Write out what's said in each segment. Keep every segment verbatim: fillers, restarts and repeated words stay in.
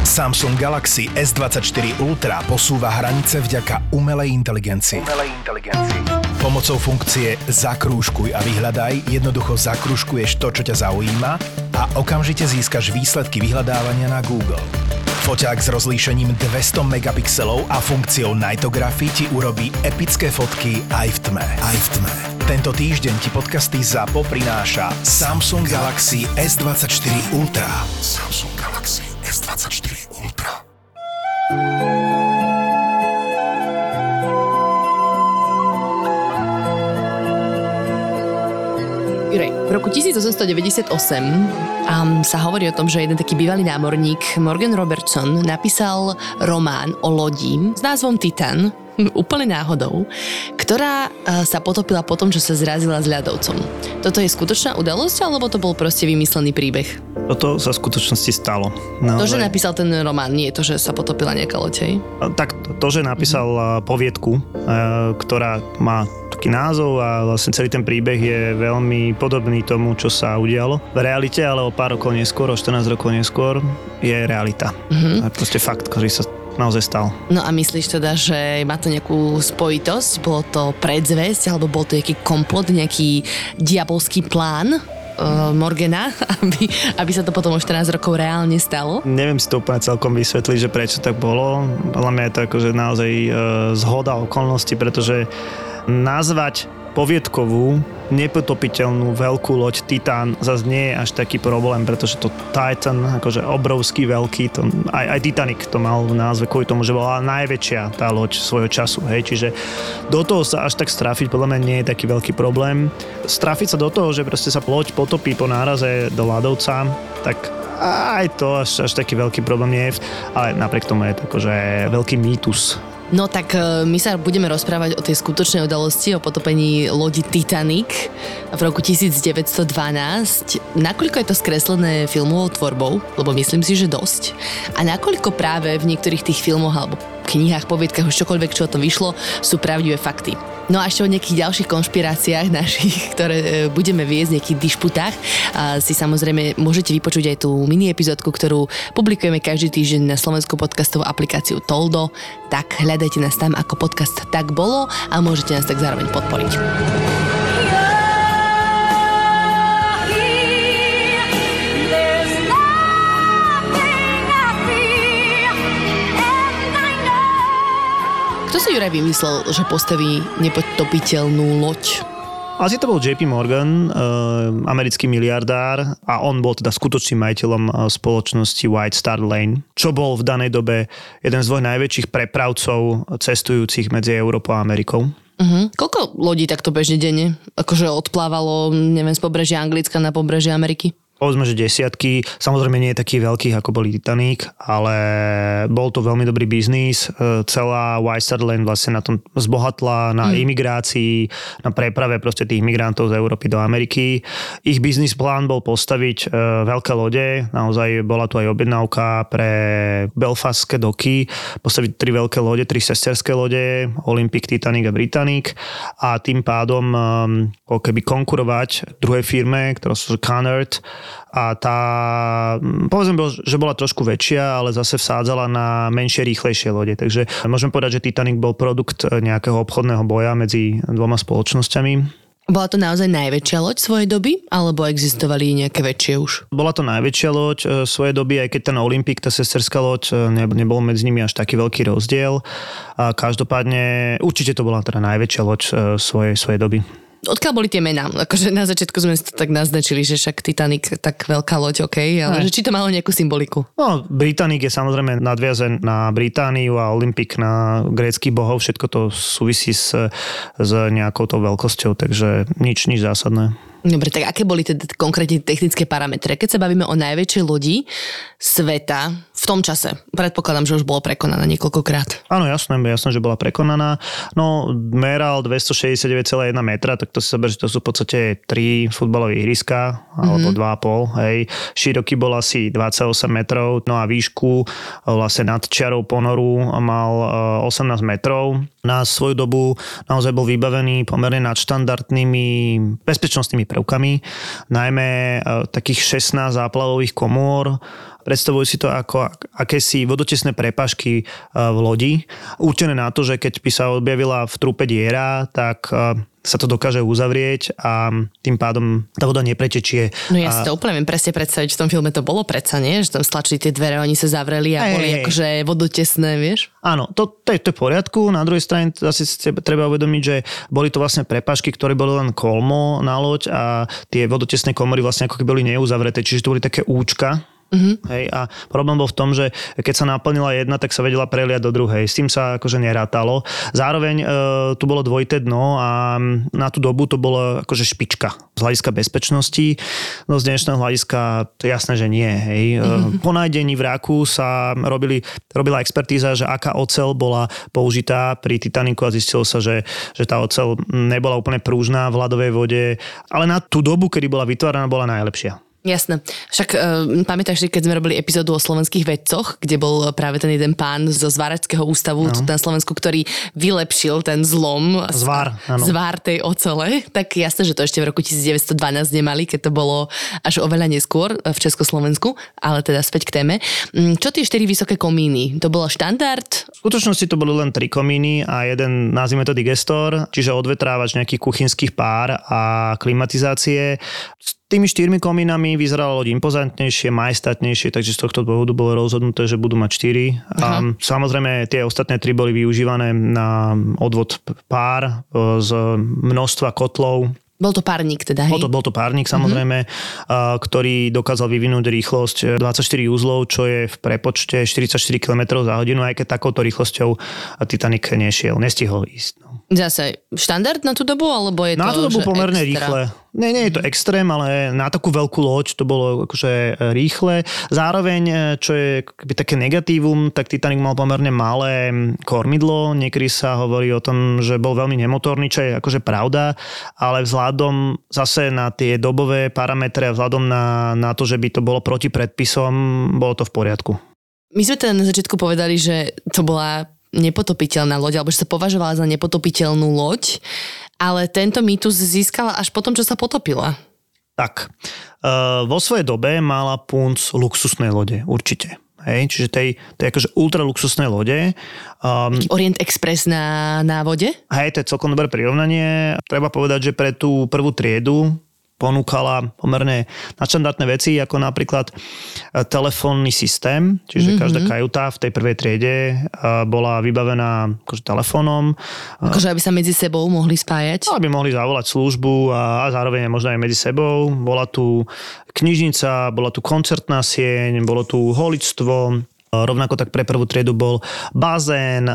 Samsung Galaxy es dvadsaťštyri Ultra posúva hranice vďaka umelej inteligencii. Umelej inteligencii. Pomocou funkcie Zakrúžkuj a vyhľadaj jednoducho zakrúžkuješ to, čo ťa zaujíma a okamžite získaš výsledky vyhľadávania na Google. Foťák s rozlíšením dvesto megapixelov a funkciou Nightography ti urobí epické fotky aj v tme. Aj v tme. Tento týždeň ti podcasty ZAPO prináša Samsung Galaxy es dvadsaťštyri Ultra. Samsung Galaxy es dvadsaťštyri Ultra. Juraj, v roku tisícosemstodeväťdesiatosem um, sa hovorí o tom, že jeden taký bývalý námorník Morgan Robertson napísal román o lodi s názvom Titan, úplne náhodou, ktorá uh, sa potopila po tom, čo sa zrazila s ľadovcom. Toto je skutočná udalosť, alebo to bol proste vymyslený príbeh? Toto sa v skutočnosti stalo. Naozaj. To, že napísal ten román, nie je to, že sa potopila nejaká loď, Tak to, že napísal mm. poviedku, ktorá má taký názov a vlastne celý ten príbeh je veľmi podobný tomu, čo sa udialo v realite, ale o pár rokov neskôr, o štrnásť rokov neskôr je realita. Mm-hmm. A proste fakt, ktorý sa naozaj stal. No a myslíš teda, že má to nejakú spojitosť? Bolo to predzvesť, alebo bol to nejaký komplot, nejaký diabolský plán uh, Morgana, aby, aby sa to potom o štrnásť rokov reálne stalo? Neviem si to úplne celkom vysvetliť, že prečo tak bolo. Podľa mňa je to akože naozaj uh, zhoda okolností, pretože nazvať poviedkovú, nepotopiteľnú veľkú loď Titan zase nie je až taký problém, pretože to Titan, akože obrovský veľký, to, aj, aj Titanic to mal v názve kvôli tomu, že bola najväčšia tá loď svojho času, hej, čiže do toho sa až tak strafiť podľa mňa nie je taký veľký problém. Strafiť sa do toho, že proste sa loď potopí po náraze do ľadovca, tak aj to až, až taký veľký problém nie je, ale napriek tomu je to akože veľký mýtus. No tak my sa budeme rozprávať o tej skutočnej udalosti, o potopení lodi Titanic v roku devätnásťstodvanásť. Nakoľko je to skreslené filmovou tvorbou, lebo myslím si, že dosť. A nakoľko práve v niektorých tých filmoch alebo knihách, poviedkach, už čokoľvek, čo o tom vyšlo, sú pravdivé fakty. No a ešte o nejakých ďalších konšpiráciách našich, ktoré budeme viesť, nejakých dišputách, a si samozrejme môžete vypočuť aj tú mini epizódku, ktorú publikujeme každý týždeň na slovenskú podcastovú aplikáciu Toldo. Tak hľadajte nás tam ako podcast Tak bolo a môžete nás tak zároveň podporiť. Kto si Juraj vymyslel, že postaví nepotopiteľnú loď? Asi to bol džej pé Morgan, americký miliardár, a on bol teda skutočným majiteľom spoločnosti White Star Line, čo bol v danej dobe jeden z dvoch najväčších prepravcov cestujúcich medzi Európou a Amerikou. Uh-huh. Koľko lodí takto bežne denne? Akože odplávalo, neviem, z pobrežia Anglicka na pobrežie Ameriky? Povedzme, že desiatky, samozrejme nie je takých veľkých, ako boli Titanic, ale bol to veľmi dobrý biznis. Celá White Star Line vlastne na tom zbohatla, na mm. imigrácii, na preprave proste tých migrantov z Európy do Ameriky. Ich biznis plán bol postaviť e, veľké lode, naozaj bola tu aj objednávka pre belfastské doky, postaviť tri veľké lode, tri sesterské lode, Olympic, Titanic a Britannic, a tým pádom e, keby konkurovať druhej firme, ktorá sú Cunard, a tá, povedzme, že bola trošku väčšia, ale zase vsádzala na menšie, rýchlejšie lode. Takže môžem povedať, že Titanic bol produkt nejakého obchodného boja medzi dvoma spoločnosťami. Bola to naozaj najväčšia loď svojej doby, alebo existovali nejaké väčšie už? Bola to najväčšia loď svojej doby, aj keď ten Olympic, tá sesterská loď, nebol medzi nimi až taký veľký rozdiel. A každopádne, určite to bola teda najväčšia loď svojej, svojej doby. Odkiaľ boli tie mená? Akože na začiatku sme si to tak naznačili, že však Titanic, tak veľká loď, okej, okay, ale že či to malo nejakú symboliku? No, Britannic je samozrejme nadviazen na Britániu a Olympic na gréckych bohov, všetko to súvisí s, s nejakou tou veľkosťou, takže nič, nič zásadné. Dobre, tak aké boli teda konkrétne technické parametre? Keď sa bavíme o najväčšej lodi sveta v tom čase, predpokladám, že už bolo prekonaná niekoľkokrát. Áno, jasné, jasné, že bola prekonaná. No, meral dvestošesťdesiatdeväť celá jedna metra, tak to si zober, že to sú v podstate tri futbalové ihriska, alebo mm-hmm. dva a pol, hej. Široký bol asi dvadsaťosem metrov, no a výšku vlastne nad čiarou ponoru mal osemnásť metrov. na svoju dobu naozaj bol vybavený pomerne nadštandardnými bezpečnostnými prvkami, najmä takých šestnásť záplavových komôr. Predstavujú si to ako akési vodotesné prepašky v lodi, určené na to, že keď by sa objavila v trupe diera, tak sa to dokáže uzavrieť a tým pádom tá voda nepretečie. No ja si to úplne viem presne predstaviť, v tom filme to bolo predsa, nie? Že tam stlačili tie dvere, oni sa zavreli a hey, boli akože vodotesné, vieš? Áno, to, to, je, to je v poriadku. Na druhej strane zase treba uvedomiť, že boli to vlastne prepašky, ktoré boli len kolmo na loď a tie vodotesné komory vlastne ako keby boli neuzavreté, čiže to boli také účka. Uh-huh. Hej, a problém bol v tom, že keď sa naplnila jedna, tak sa vedela preliať do druhej. S tým sa akože nerátalo. Zároveň e, tu bolo dvojité dno a na tú dobu to bolo akože špička z hľadiska bezpečnosti. No z dnešného hľadiska to je jasné, že nie. Hej. Uh-huh. Po nájdení vraku sa robili, robila expertíza, že aká oceľ bola použitá pri Titaniku a zistilo sa, že, že tá oceľ nebola úplne prúžná v ľadovej vode, ale na tú dobu, kedy bola vytváraná, bola najlepšia. Jasné. Však e, pamätáš si, keď sme robili epizódu o slovenských vedcoch, kde bol práve ten jeden pán zo Zváračského ústavu no. na Slovensku, ktorý vylepšil ten zlom. Zvár, áno. Zvár tej ocele. Tak jasné, že to ešte v roku devätnásť dvanásť nemali, keď to bolo až oveľa neskôr v Československu, ale teda späť k téme. Čo tie štyri vysoké komíny? To bolo štandard? V skutočnosti to boli len tri komíny a jeden, nazvime to digestor, čiže odvetrávač nejakých kuchynských pár a klimatizácie. Tými štyrmi komínami vyzerala loď impozantnejšie, majestátnejšie, takže z tohto dôvodu bolo rozhodnuté, že budú mať štyri. A samozrejme tie ostatné tri boli využívané na odvod pár z množstva kotlov. Bol to párnik teda, hej? Bol to, bol to párnik, samozrejme, uh-huh. ktorý dokázal vyvinúť rýchlosť dvadsaťštyri uzlov, čo je v prepočte štyridsaťštyri kilometrov za hodinu, aj keď takouto rýchlosťou Titanic nešiel, nestihol ísť. No. Zase štandard na tú dobu, alebo je na to, tú dobu pomerne extra? Rýchle. Nie, nie je to extrém, ale na takú veľkú loď to bolo akože rýchle. Zároveň, čo je také negatívum, tak Titanic mal pomerne malé kormidlo. Niekedy sa hovorí o tom, že bol veľmi nemotorný, čo je akože pravda, ale vzhľadom zase na tie dobové parametre a vzhľadom na, na to, že by to bolo proti predpisom, bolo to v poriadku. My sme teda na začiatku povedali, že to bola nepotopiteľná loď, alebo že sa považovala za nepotopiteľnú loď, ale tento mýtus získala až potom, čo sa potopila. Tak, e, vo svojej dobe mala punc luxusnej lode, určite. Hej, čiže tej, tej akože ultraluxusnej lode. Um, Orient Express na, na vode? Hej, to je celkom dobré prirovnanie. Treba povedať, že pre tú prvú triedu ponúkala pomerne nadštandardné veci, ako napríklad telefónny systém, čiže mm-hmm. každá kajuta v tej prvej triede bola vybavená akože telefónom. Akože aby sa medzi sebou mohli spájať? Aby mohli zavolať službu a, a zároveň možno aj medzi sebou. Bola tu knižnica, bola tu koncertná sieň, bolo tu holičstvo. Rovnako tak pre prvú triedu bol bazén,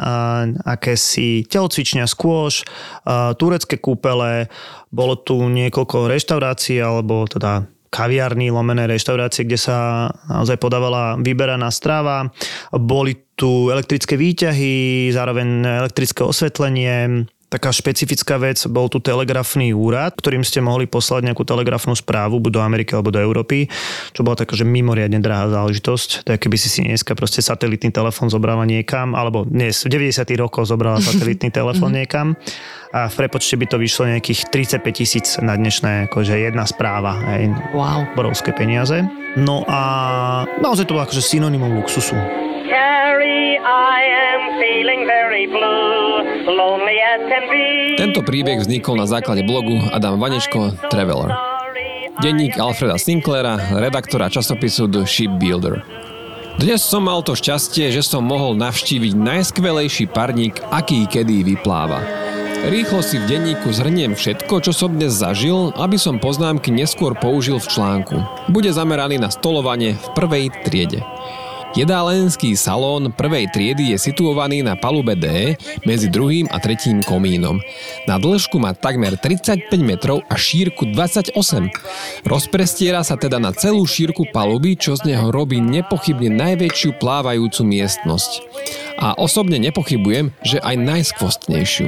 akési telocvičňa, skôš, turecké kúpele, bolo tu niekoľko reštaurácií, alebo teda kaviarní, lomené reštaurácie, kde sa naozaj podávala vyberaná strava. Boli tu elektrické výťahy, zároveň elektrické osvetlenie. Taká špecifická vec, bol tu telegrafný úrad, ktorým ste mohli poslať nejakú telegrafnú správu, buď do Ameriky alebo do Európy, čo bola taká, že mimoriadne drahá záležitosť. Tak keby si si dneska proste satelitný telefón zobrala niekam, alebo dnes v deväťdesiatych rokoch zobrala satelitný telefón niekam a v prepočte by to vyšlo nejakých tridsaťpäť tisíc na dnešné, akože jedna správa. Hej. Wow. Borovské peniaze. No a naozaj to bolo akože synonymum luxusu. Carrie, I am feeling very blue, lonely as can be. Tento príbeh vznikol na základe blogu Adam Vanečko Traveler. Denník Alfreda Sinclaira, redaktora časopisu The Shipbuilder. Dnes som mal to šťastie, že som mohol navštíviť najskvelejší parník, aký kedy vypláva. Rýchlo si v denníku zhrniem všetko, čo som dnes zažil, aby som poznámky neskôr použil v článku. Bude zameraný na stolovanie v prvej triede. Jedálenský salón prvej triedy je situovaný na palube D medzi druhým a tretím komínom. Na dĺžku má takmer tridsaťpäť metrov a šírku dvadsaťosem. Rozprestiera sa teda na celú šírku paluby, čo z neho robí nepochybne najväčšiu plávajúcu miestnosť. A osobne nepochybujem, že aj najskvostnejšiu.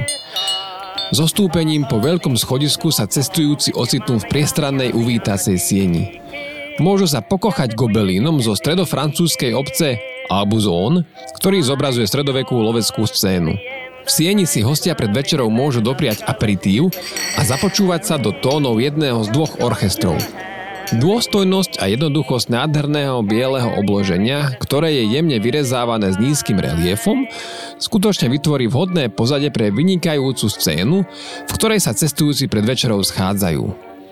Zostúpením po veľkom schodisku sa cestujúci ocitnú v priestrannej uvítacej sieni. Môžu sa pokochať gobelínom zo stredofrancúzskej obce Aubuzon, ktorý zobrazuje stredovekú loveckú scénu. V sieni si hostia pred večerou môžu dopriať aperitív a započúvať sa do tónov jedného z dvoch orchestrov. Dôstojnosť a jednoduchosť nádherného bieleho obloženia, ktoré je jemne vyrezávané s nízkym reliefom, skutočne vytvorí vhodné pozadie pre vynikajúcu scénu, v ktorej sa cestujúci pred večerou schádzajú.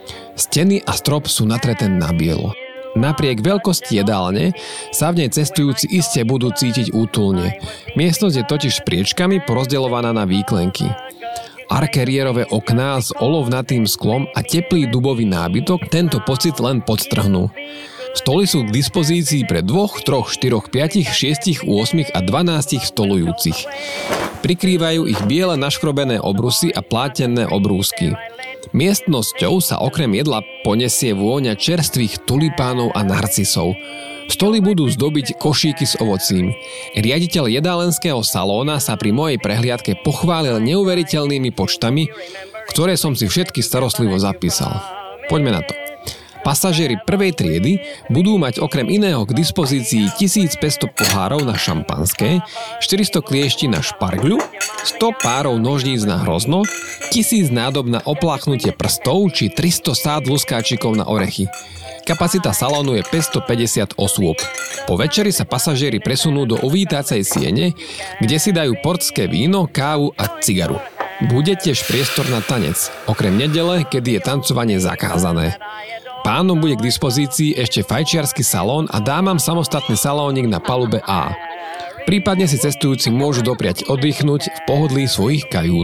Steny a strop sú natreté na bielo. Napriek veľkosti jedálne sa v nej cestujúci iste budú cítiť útulne. Miestnosť je totiž priečkami porozdeľovaná na výklenky. Arkerierové okná s olovnatým sklom a teplý dubový nábytok tento pocit len podstrhnú. Stoly sú k dispozícii pre dvoch, troch, štyroch, piatich, šiestich, ôsmich a dvanástich stolujúcich. Prikrývajú ich biele naškrobené obrusy a plátené obrúsky. Miestnosťou sa okrem jedla ponesie vôňa čerstvých tulipánov a narcisov. Stoly budú zdobiť košíky s ovocím. Riaditeľ jedálenského salóna sa pri mojej prehliadke pochválil neuveriteľnými počtami, ktoré som si všetky starostlivo zapísal. Poďme na to. Pasažieri prvej triedy budú mať okrem iného k dispozícii tisícpäťsto pohárov na šampanské, štyristo kliešti na špargľu, sto párov nožníc na hrozno, tisíc nádob na opláchnutie prstov či tristo sád luskáčikov na orechy. Kapacita salónu je päťstopäťdesiat osôb. Po večeri sa pasažieri presunú do uvítacej siene, kde si dajú portské víno, kávu a cigaru. Bude tiež priestor na tanec, okrem nedele, kedy je tancovanie zakázané. Pánom bude k dispozícii ešte fajčiarsky salón a dámam samostatný salónik na palube A. Prípadne si cestujúci môžu dopriať oddychnúť v pohodlí svojich kajút.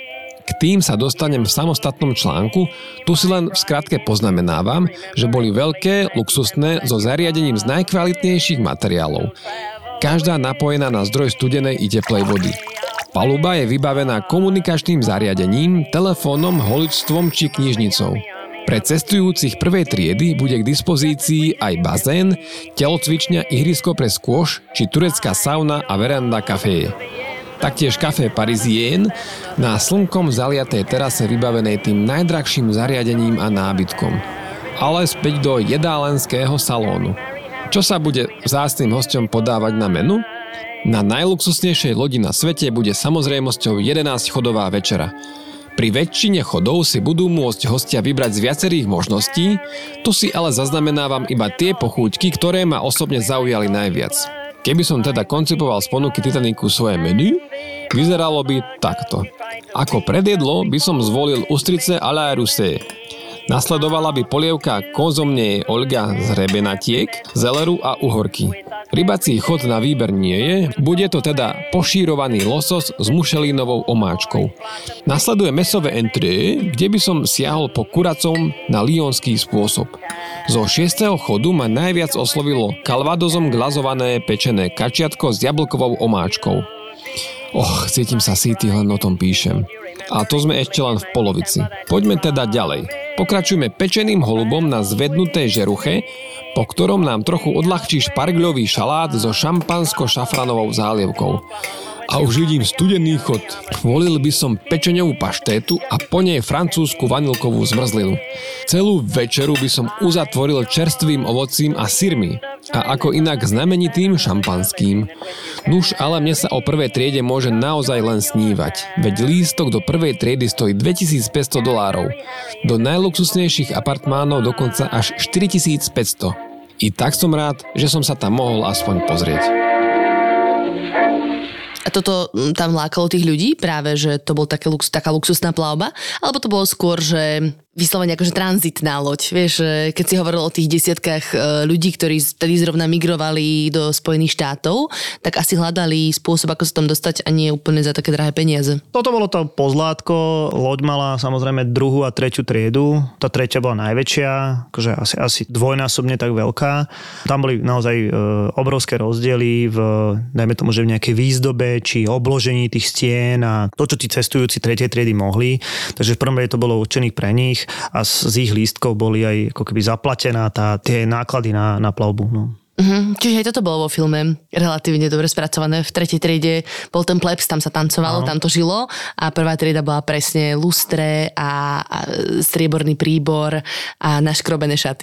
K tým sa dostanem v samostatnom článku, tu si len v skratke poznamenávam, že boli veľké, luxusné, so zariadením z najkvalitnejších materiálov. Každá napojená na zdroj studenej i teplej vody. Paluba je vybavená komunikačným zariadením, telefónom, holičstvom či knižnicou. Pre cestujúcich prvej triedy bude k dispozícii aj bazén, telocvičňa, ihrisko pre skôš či turecká sauna a veranda kafé. Taktiež Café Parisien na slnkom zaliatej terase vybavenej tým najdrahším zariadením a nábytkom. Ale späť do jedálenského salónu. Čo sa bude vzácnym hosťom podávať na menu? Na najluxusnejšej lodi na svete bude samozrejmosťou jedenásťchodová večera. Pri väčšine chodov si budú môcť hostia vybrať z viacerých možností, tu si ale zaznamenávam iba tie pochúťky, ktoré ma osobne zaujali najviac. Keby som teda koncipoval z ponuky Titanicu svoje menu, vyzeralo by takto. Ako predjedlo by som zvolil ústrice à la russe. Nasledovala by polievka kozomnej Olga z rebenatiek, zeleru a uhorky. Rybací chod na výber nie je, bude to teda pošírovaný losos s mušelínovou omáčkou. Nasleduje mäsové entrée, kde by som siahol po kuracom na lyonský spôsob. Zo šiesteho chodu ma najviac oslovilo kalvadozom glazované pečené kačiatko s jablkovou omáčkou. Och, cítim sa sýty, len o tom píšem. A to sme ešte len v polovici. Poďme teda ďalej. Pokračujeme pečeným holubom na zvednutej žeruche, po ktorom nám trochu odľahčí špargľový šalát so šampansko-šafranovou zálievkou. A už vidím studený chod. Volil by som pečeňovú paštétu a po nej francúzsku vanilkovú zmrzlinu. Celú večeru by som uzatvoril čerstvým ovocím a syrmi. A ako inak znamenitým šampanským. Nuž, ale mne sa o prvej triede môže naozaj len snívať. Veď lístok do prvej triedy stojí dvetisícpäťsto dolárov. Do najluxusnejších apartmánov dokonca až štyritisícpäťsto. I tak som rád, že som sa tam mohol aspoň pozrieť. A toto tam lákalo tých ľudí práve, že to bol také lux, taká luxusná plavba? Alebo to bolo skôr, že vyslovene akože tranzitná loď? Vieš, keď si hovoril o tých desiatkách ľudí, ktorí vtedy zrovna migrovali do Spojených štátov, tak asi hľadali spôsob, ako sa tam dostať a nie úplne za také drahé peniaze. Toto bolo to pozlátko, loď mala samozrejme druhú a tretiu triedu, tá tretia bola najväčšia, akože asi, asi dvojnásobne tak veľká. Tam boli naozaj e, obrovské rozdiely v, dajme tomu, že v nejakej výzdobe či obložení tých stien a to, čo tí cestujúci tretej triedy mohli. Takže v prvom rade to bolo určených pre nich a z, z ich lístkov boli aj ako keby zaplatená tá, tie náklady na, na plavbu. No. Uh-huh. Čiže aj toto bolo vo filme relatívne dobre spracované. V tretej triede bol ten plebs, tam sa tancovalo, no. Tam to žilo a prvá trieda bola presne lustre a, a strieborný príbor a naškrobené šaty.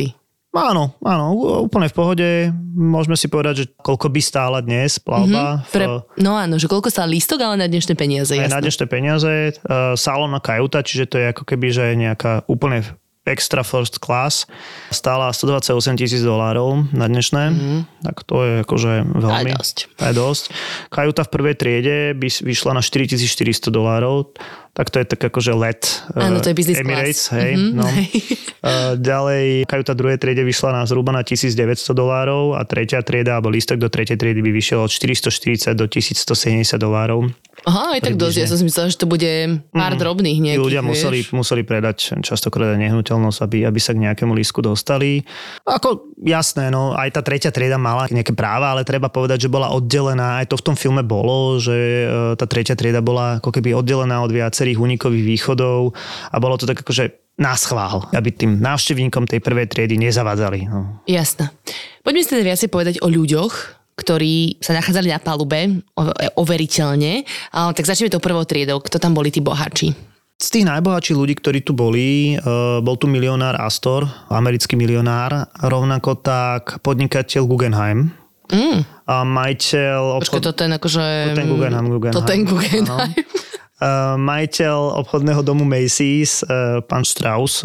Áno, áno, úplne v pohode. Môžeme si povedať, že koľko by stála dnes plavba. Mm-hmm. Pre, no áno, že koľko stála lístok, ale na dnešné peniaze, jasné. Na dnešné peniaze. Uh, salónna kajuta, čiže to je ako keby, že nejaká úplne extra first class, stála stodvadsaťosem tisíc dolárov na dnešné. Mm. Tak to je akože veľmi... Aj dosť. Aj dosť. Kajuta v prvej triede by vyšla na štyritisícštyristo dolárov. Tak to je tak akože let Áno, to je business Emirates, class. hej. Mm-hmm. No. uh, ďalej kajuta druhej triede vyšla na zhruba na tisícdeväťsto dolárov a tretia trieda, alebo lístok do tretej triedy by vyšiel od štyristoštyridsať do tisícstosedemdesiat dolárov. Aha, aj tak dosť. Ja som si myslela, že to bude pár mm. drobných nejakých. Ľudia museli, museli predať častokrát aj nehnuteľnosť, aby, aby sa k nejakému lístku dostali. Ako jasné, no aj tá tretia trieda mala nejaké práva, ale treba povedať, že bola oddelená. Aj to v tom filme bolo, že tá tretia trieda bola ako keby oddelená od viacerých únikových východov a bolo to tak akože naschvál, aby tým návštevníkom tej prvej triedy nezavádzali. No. Jasné. Poďme si teda viacej povedať o ľuďoch, ktorí sa nachádzali na palube overiteľne. Tak začneme tou prvou triedou. Kto tam boli tí bohači? Z tých najbohatších ľudí, ktorí tu boli, bol tu milionár Astor, americký milionár, rovnako tak podnikateľ Guggenheim. Mm. A majiteľ... Počkej, to ten akože... To ten Guggenheim. Guggenheim. To ten Guggenheim. Uh, majiteľ obchodného domu Macy's, uh, pán Strauss,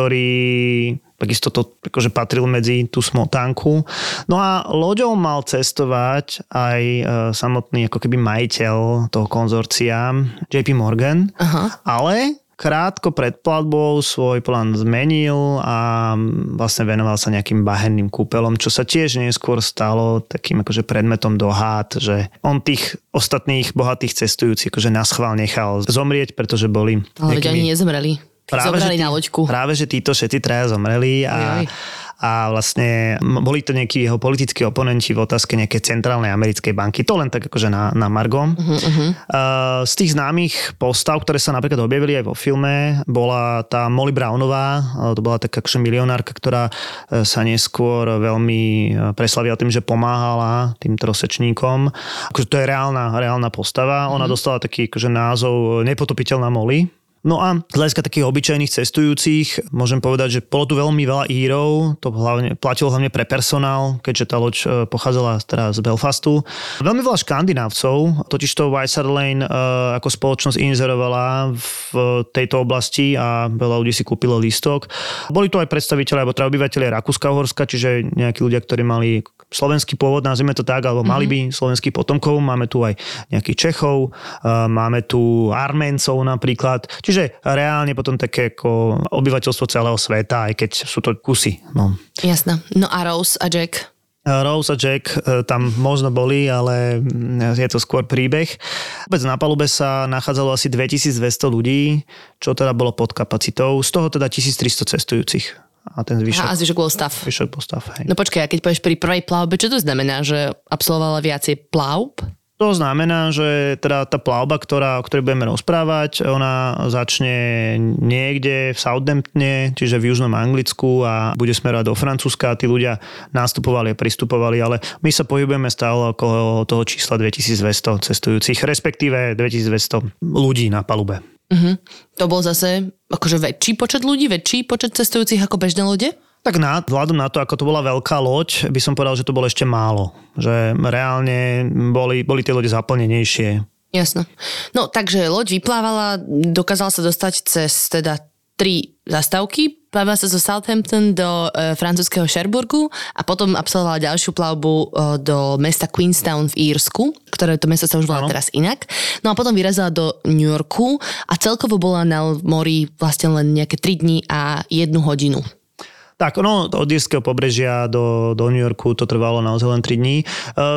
ktorý takisto to akože patril medzi tú smotánku. No a loďou mal cestovať aj uh, samotný ako keby majiteľ toho konzorcia J P Morgan, Aha. ale krátko pred platbou svoj plán zmenil a vlastne venoval sa nejakým bahenným kúpelom, čo sa tiež neskôr stalo takým akože predmetom dohád, že on tých ostatných bohatých cestujúcich akože naschvál nechal zomrieť, pretože boli... Ale veď oni nezomreli. Práve, Zobrali tí, na loďku. Práve, že títo všetci traja zomreli a... Ojoj. A vlastne boli to nejakí jeho politickí oponenti v otázke nejakej centrálnej americkej banky. To len tak akože na, na margo. Uh-huh, uh-huh. Z tých známych postav, ktoré sa napríklad objavili aj vo filme, bola tá Molly Brownová. To bola taká akože milionárka, ktorá sa neskôr veľmi preslavila tým, že pomáhala tým trosečníkom. Akože to je reálna, reálna postava. Uh-huh. Ona dostala taký akože názov Nepotopiteľná Molly. No a z hľadiska takých obyčajných cestujúcich môžem povedať, že bolo tu veľmi veľa írov, to hlavne, platilo hlavne pre personál, keďže tá loď pochádzala teda z Belfastu. Veľmi veľa škandinávcov, totižto White Star Line ako spoločnosť inzerovala v tejto oblasti a veľa ľudí si kúpilo lístok. Boli tu aj predstavitelia, alebo teda obyvateľia Rakúska-Uhorska, čiže nejakí ľudia, ktorí mali slovenský pôvod, nazvime to tak, alebo mali by slovenských potomkov. Máme tu aj nejakých Čechov, máme tu Arméncov napríklad. Čiže reálne potom také ako obyvateľstvo celého sveta, aj keď sú to kusy. No. Jasné. No a Rose a Jack? Rose a Jack tam možno boli, ale je to skôr príbeh. Vôbec na palube sa nachádzalo asi dvetisícdvesto ľudí, čo teda bolo pod kapacitou. Z toho teda tisíctristo cestujúcich. A ten zvyšok... Aha, a zvyšok bol stav. Zvyšok bol stav, hej. No počkaj, a keď povieš pri prvej plavbe, čo to znamená? Že absolvovala viacej plavb? To znamená, že teda tá plavba, ktorá, o ktorej budeme rozprávať, ona začne niekde v Southamptone, čiže v južnom Anglicku a bude smerovať do Francúzska. Tí ľudia nastupovali a pristupovali, ale my sa pohybujeme stále okolo toho čísla dvetisícdvesto cestujúcich, respektíve dvetisícdvesto ľudí na palube. Uh-huh. To bol zase akože väčší počet ľudí, väčší počet cestujúcich ako bežné lode? Tak na, vzhľadom na to, ako to bola veľká loď, by som povedal, že to bolo ešte málo. Že reálne boli, boli tie lode zaplnenejšie. Jasno. No, takže loď vyplávala, dokázala sa dostať cez teda tri zastávky. Plávala sa zo Southampton do e, francúzskeho Cherbourgu a potom absolvovala ďalšiu plavbu e, do mesta Queenstown v Írsku, ktoré to mesto sa už volá ano. Teraz inak. No a potom vyrazila do New Yorku a celkovo bola na mori vlastne len nejaké tri dni a jednu hodinu. Tak, no, od írského pobrežia do, do New Yorku to trvalo naozaj len tri dní.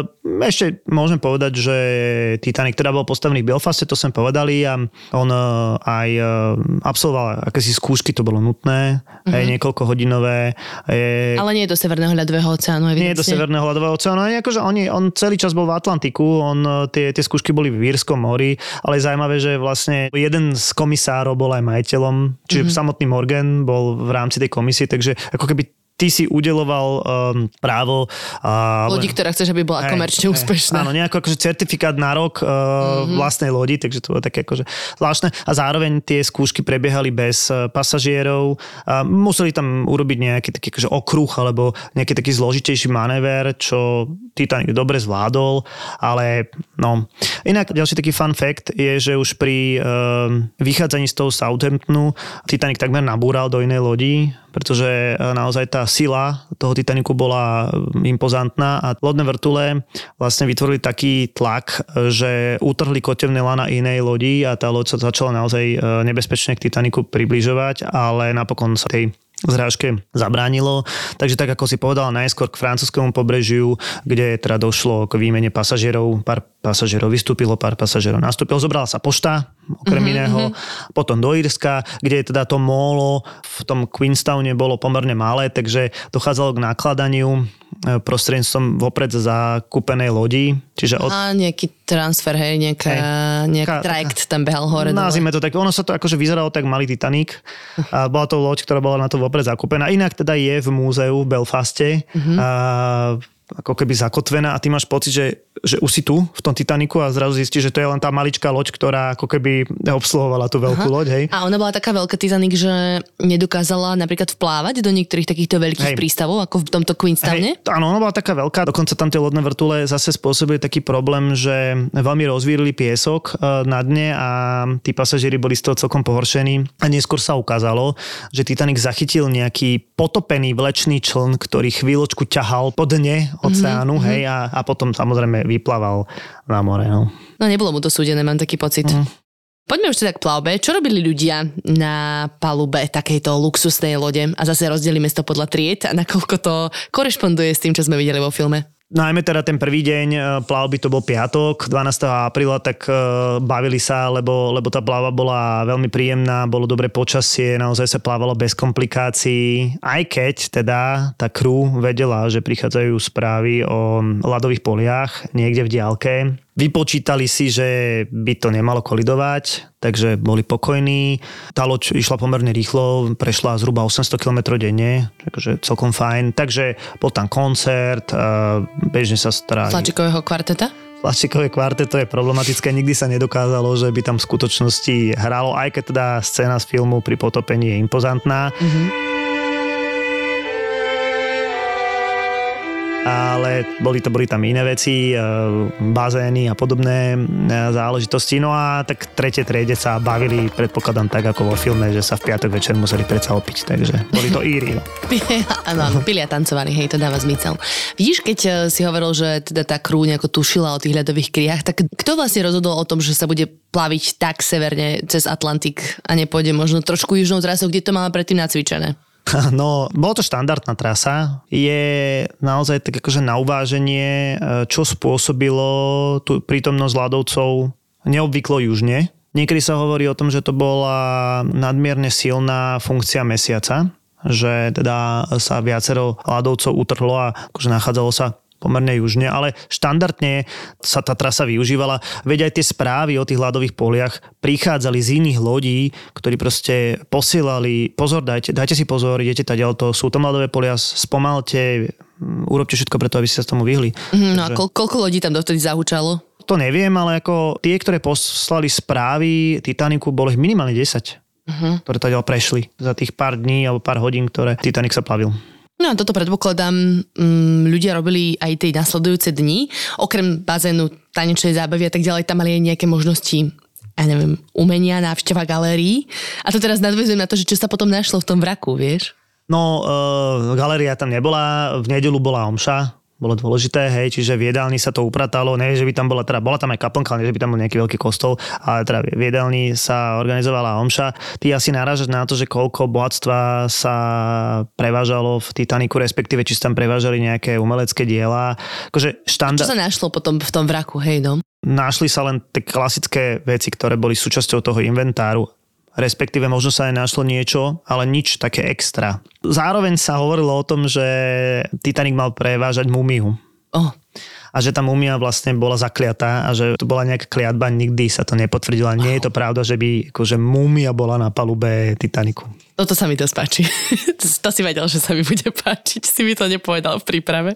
Ešte môžem povedať, že Titanic teda bol postavený v Belfaste, to sme povedali a on aj absolvoval akési skúšky, to bolo nutné, mm-hmm. aj niekoľko hodinové. Je... Ale nie je do Severného ľadového oceánu, evidentne. Nie je do Severného ľadového oceánu, ale akože on, on celý čas bol v Atlantiku, on, tie, tie skúšky boli v Írskom mori, ale je zaujímavé, že vlastne jeden z komisárov bol aj majiteľom, čiže mm-hmm. samotný Morgan bol v rámci tej komisie, takže ako keby ty si udeloval um, právo... Uh, lodi, ktorá chceš, aby bola hej, komerčne úspešná. Áno, nejako akože certifikát na rok uh, mm-hmm. vlastnej lodi, takže to bolo také akože zvláštne. A zároveň tie skúšky prebiehali bez uh, pasažierov. Uh, museli tam urobiť nejaký taký akože okruh alebo nejaký taký zložitejší manéver, čo Titanic dobre zvládol, ale no. Inak ďalší taký fun fact je, že už pri uh, vychádzaní z toho Southamptonu Titanic takmer nabúral do inej lodi, pretože naozaj tá sila toho Titanicu bola impozantná a lodné vrtule vlastne vytvorili taký tlak, že utrhli kotevné lana inej lodi a tá loď sa začala naozaj nebezpečne k Titanicu približovať, ale napokon sa tej zrážke zabránilo. Takže tak, ako si povedala, najskôr k francúzskému pobrežiu, kde teda došlo k výmene pasažierov. Pár pasažierov vystúpilo, pár pasažierov nastúpilo. Zobrala sa pošta, okrem mm-hmm. iného. Potom do Írska, kde teda to mólo v tom Queenstowne bolo pomerne malé, takže dochádzalo k nakladaniu prostredníctvom vopred zakúpenej lodi. Čiže od... A nejaký transfer, hej, nejaká, hej. nejaký Ka... trajekt tam behal hore. Nazvime to tak. Ono sa to akože vyzeralo tak malý Titanic. A bola to loď, ktorá bola na to vopred zakúpená. Inak teda je v múzeu v Belfaste. Mm-hmm. A ako keby zakotvená a ty máš pocit, že, že už si tu v tom Titaniku a zrazu zistíš, že to je len tá maličká loď, ktorá ako keby obsluhovala tú veľkú Aha. loď, hej. A ona bola taká veľká Titanic, že nedokázala napríklad vplávať do niektorých takýchto veľkých hej. prístavov, ako v tomto Queenstowne? Hej, áno, ona bola taká veľká, dokonca tam tie lodné vrtule zase spôsobili taký problém, že veľmi rozvírili piesok na dne a tí pasažieri boli z toho celkom pohoršení a neskôr sa ukázalo, že Titanic zachytil nejaký potopený vlečný čln, ktorý chvíľočku ťahal po dne oceánu, mm-hmm. hej, a, a potom samozrejme vyplával na more, no. No nebolo mu to súdené, mám taký pocit. Mm. Poďme už teda k plavbe. Čo robili ľudia na palube takejto luxusnej lode? A zase rozdelíme to podľa tried a nakoľko to korešponduje s tým, čo sme videli vo filme? Najmä teda ten prvý deň plavby, to bol piatok, dvanásteho apríla, tak bavili sa, lebo, lebo tá plavba bola veľmi príjemná, bolo dobré počasie, naozaj sa plávalo bez komplikácií, aj keď teda tá crew vedela, že prichádzajú správy o ľadových poliach niekde v diaľke. Vypočítali si, že by to nemalo kolidovať, takže boli pokojní. Tá loď išla pomerne rýchlo, prešla zhruba osemsto kilometrov denne, takže celkom fajn. Takže bol tam koncert, bežne sa starali. Flačikového kvarteta? Flačikové kvarteto je problematické, nikdy sa nedokázalo, že by tam v skutočnosti hralo, aj keď teda scéna z filmu pri potopení je impozantná. Mm-hmm. Ale boli, to, boli tam iné veci, bazény a podobné záležitosti. No a tak tretie triede sa bavili, predpokladám tak ako vo filme, že sa v piatok večer museli predsa opiť, takže boli to Íri. Áno, áno, pili a tancovali, hej, to dáva zmysel. Vidíš, keď si hovoril, že teda tá crew nejako tušila o tých ľadových kriách, tak kto vlastne rozhodol o tom, že sa bude plaviť tak severne cez Atlantik a nepôjde možno trošku južnou trasou, kde to máme predtým nacvičené? No, bolo to štandardná trasa. Je naozaj tak akože na uváženie, čo spôsobilo tú prítomnosť ľadovcov neobvyklo južne. Niekedy sa hovorí o tom, že to bola nadmierne silná funkcia mesiaca, že teda sa viacero ľadovcov utrhlo a akože nachádzalo sa pomerne južne, ale štandardne sa tá trasa využívala. Veď aj tie správy o tých ľadových poliach prichádzali z iných lodí, ktorí proste posielali, pozor, dajte, dajte si pozor, idete taďal, to sú tam ľadové polia, spomalte, urobte všetko preto, aby ste sa tomu vyhli. Mm, no Takže... a koľko, koľko lodí tam dovtedy zahučalo? To neviem, ale ako tie, ktoré poslali správy Titanicu, bolo ich minimálne desať, uh-huh. ktoré taďal prešli za tých pár dní alebo pár hodín, ktoré Titanic sa plavil. No a toto predpokladám, m, ľudia robili aj tie nasledujúce dni. Okrem bazénu, tanečnej zábavy a tak ďalej, tam mali aj nejaké možnosti, ja neviem, umenia, návšteva galérií. A to teraz nadväzujem na to, že čo sa potom našlo v tom vraku, vieš? No, e, galéria tam nebola, v nedeľu bola omša, bolo dôležité, hej, čiže v jedálni sa to upratalo, nie, že by tam bola, teda bola tam aj kaplnka, nie, že by tam bol nejaký veľký kostol, ale teda v jedálni sa organizovala omša. Ty asi narážaš na to, že koľko bohatstva sa prevážalo v Titanicu, respektíve či sa tam prevážali nejaké umelecké diela. Akože štandard... Čo sa našlo potom v tom vraku, hej, no? Našli sa len tie klasické veci, ktoré boli súčasťou toho inventáru. Respektíve možno sa aj našlo niečo, ale nič také extra. Zároveň sa hovorilo o tom, že Titanic mal prevážať mumiu. Oh. a že tá mumia vlastne bola zakliatá a že to bola nejaká kliatba, nikdy sa to nepotvrdilo. Nie je to pravda, že by akože mumia bola na palube Titaniku. Toto sa mi dosť páči. To si vedel, že sa mi bude páčiť. Si mi to nepovedal v príprave.